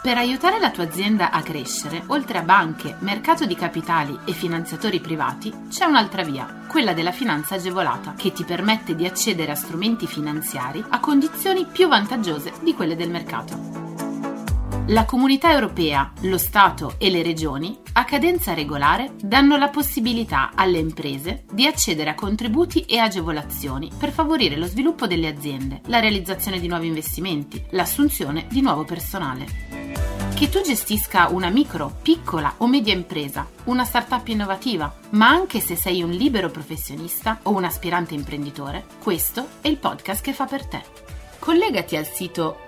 Per aiutare la tua azienda a crescere, oltre a banche, mercato di capitali e finanziatori privati, c'è un'altra via, quella della finanza agevolata, che ti permette di accedere a strumenti finanziari a condizioni più vantaggiose di quelle del mercato. La Comunità Europea, lo Stato e le Regioni, a cadenza regolare, danno la possibilità alle imprese di accedere a contributi e agevolazioni per favorire lo sviluppo delle aziende, la realizzazione di nuovi investimenti, l'assunzione di nuovo personale. Che tu gestisca una micro, piccola o media impresa, una startup innovativa, ma anche se sei un libero professionista o un aspirante imprenditore, questo è il podcast che fa per te. Collegati al sito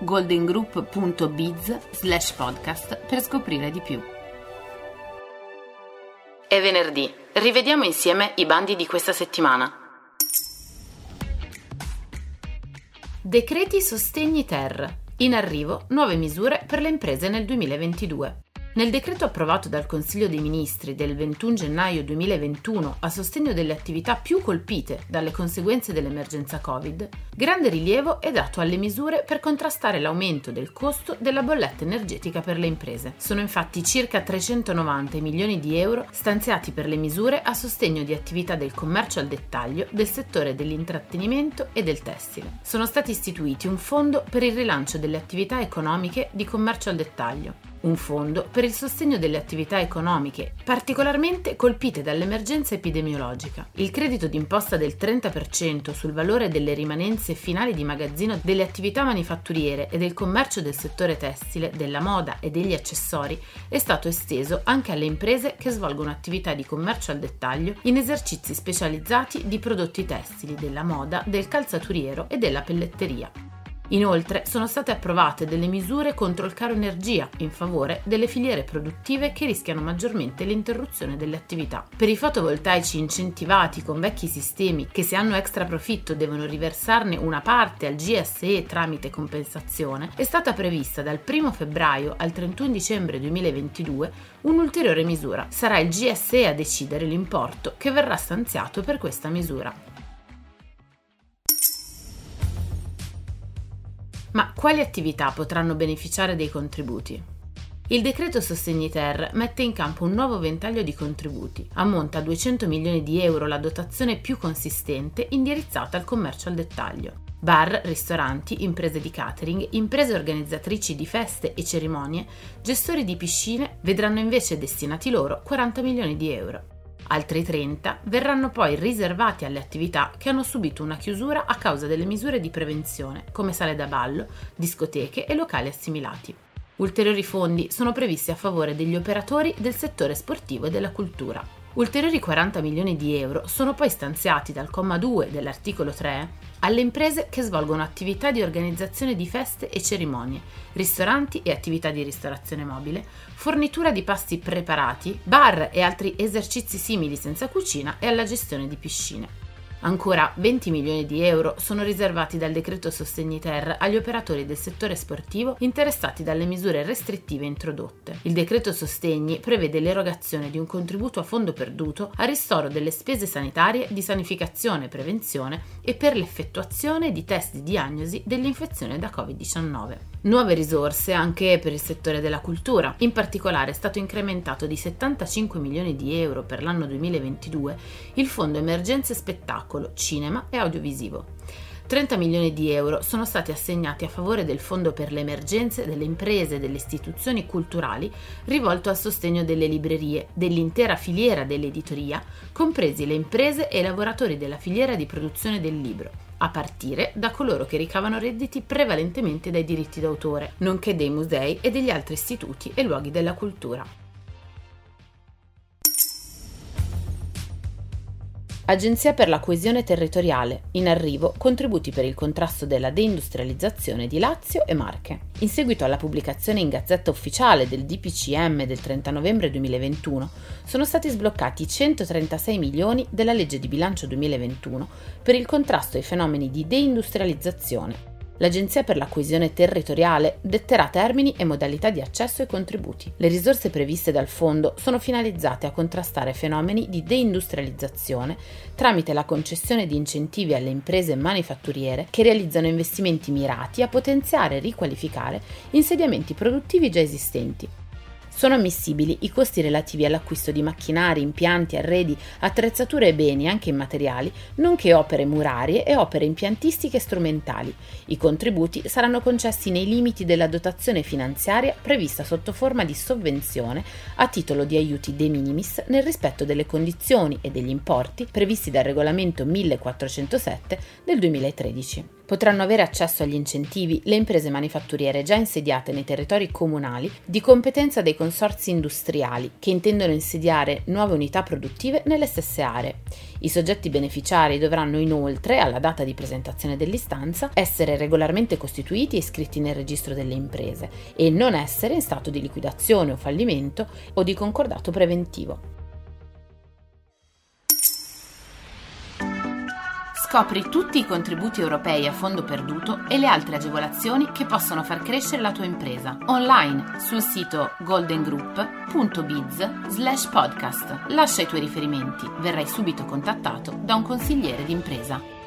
goldengroup.biz/podcast per scoprire di più. È venerdì, rivediamo insieme i bandi di questa settimana. Decreti sostegni ter. In arrivo nuove misure per le imprese nel 2022. Nel decreto approvato dal Consiglio dei Ministri del 21 gennaio 2021 a sostegno delle attività più colpite dalle conseguenze dell'emergenza Covid, grande rilievo è dato alle misure per contrastare l'aumento del costo della bolletta energetica per le imprese. Sono infatti circa 390 milioni di euro stanziati per le misure a sostegno di attività del commercio al dettaglio, del settore dell'intrattenimento e del tessile. Sono stati istituiti un fondo per il rilancio delle attività economiche di commercio al dettaglio, un fondo per il sostegno delle attività economiche particolarmente colpite dall'emergenza epidemiologica, il credito d'imposta del 30% sul valore delle rimanenze finali di magazzino delle attività manifatturiere e del commercio del settore tessile, della moda e degli accessori è stato esteso anche alle imprese che svolgono attività di commercio al dettaglio in esercizi specializzati di prodotti tessili, della moda, del calzaturiero e della pelletteria. Inoltre sono state approvate delle misure contro il caro energia in favore delle filiere produttive che rischiano maggiormente l'interruzione delle attività. Per i fotovoltaici incentivati con vecchi sistemi che se hanno extra profitto devono riversarne una parte al GSE tramite compensazione, è stata prevista dal 1 febbraio al 31 dicembre 2022 un'ulteriore misura. Sarà il GSE a decidere l'importo che verrà stanziato per questa misura. Ma quali attività potranno beneficiare dei contributi? Il decreto sostegni ter mette in campo un nuovo ventaglio di contributi. Ammonta a 200 milioni di euro la dotazione più consistente indirizzata al commercio al dettaglio. Bar, ristoranti, imprese di catering, imprese organizzatrici di feste e cerimonie, gestori di piscine vedranno invece destinati loro 40 milioni di euro. Altri 30 verranno poi riservati alle attività che hanno subito una chiusura a causa delle misure di prevenzione, come sale da ballo, discoteche e locali assimilati. Ulteriori fondi sono previsti a favore degli operatori del settore sportivo e della cultura. Ulteriori 40 milioni di euro sono poi stanziati dal comma 2 dell'articolo 3 alle imprese che svolgono attività di organizzazione di feste e cerimonie, ristoranti e attività di ristorazione mobile, fornitura di pasti preparati, bar e altri esercizi simili senza cucina e alla gestione di piscine. Ancora 20 milioni di euro sono riservati dal decreto sostegni ter agli operatori del settore sportivo interessati dalle misure restrittive introdotte. Il decreto sostegni prevede l'erogazione di un contributo a fondo perduto a ristoro delle spese sanitarie di sanificazione e prevenzione e per l'effettuazione di test di diagnosi dell'infezione da Covid-19. Nuove risorse anche per il settore della cultura. In particolare è stato incrementato di 75 milioni di euro per l'anno 2022 il Fondo Emergenze Spettacolo, Cinema e Audiovisivo. 30 milioni di euro sono stati assegnati a favore del Fondo per le emergenze delle imprese e delle istituzioni culturali rivolto al sostegno delle librerie, dell'intera filiera dell'editoria, compresi le imprese e i lavoratori della filiera di produzione del libro, a partire da coloro che ricavano redditi prevalentemente dai diritti d'autore, nonché dei musei e degli altri istituti e luoghi della cultura. Agenzia per la coesione territoriale. In arrivo contributi per il contrasto della deindustrializzazione di Lazio e Marche. In seguito alla pubblicazione in Gazzetta Ufficiale del DPCM del 30 novembre 2021, sono stati sbloccati 136 milioni della legge di bilancio 2021 per il contrasto ai fenomeni di deindustrializzazione. L'Agenzia per la Coesione Territoriale detterà termini e modalità di accesso ai contributi. Le risorse previste dal fondo sono finalizzate a contrastare fenomeni di deindustrializzazione tramite la concessione di incentivi alle imprese manifatturiere che realizzano investimenti mirati a potenziare e riqualificare insediamenti produttivi già esistenti. Sono ammissibili i costi relativi all'acquisto di macchinari, impianti, arredi, attrezzature e beni, anche immateriali, nonché opere murarie e opere impiantistiche e strumentali. I contributi saranno concessi nei limiti della dotazione finanziaria prevista sotto forma di sovvenzione a titolo di aiuti de minimis nel rispetto delle condizioni e degli importi previsti dal regolamento 1407 del 2013. Potranno avere accesso agli incentivi le imprese manifatturiere già insediate nei territori comunali di competenza dei consorzi industriali che intendono insediare nuove unità produttive nelle stesse aree. I soggetti beneficiari dovranno inoltre, alla data di presentazione dell'istanza, essere regolarmente costituiti e iscritti nel registro delle imprese e non essere in stato di liquidazione o fallimento o di concordato preventivo. Scopri tutti i contributi europei a fondo perduto e le altre agevolazioni che possono far crescere la tua impresa online sul sito goldengroup.biz/podcast. Lascia i tuoi riferimenti, verrai subito contattato da un consigliere d'impresa.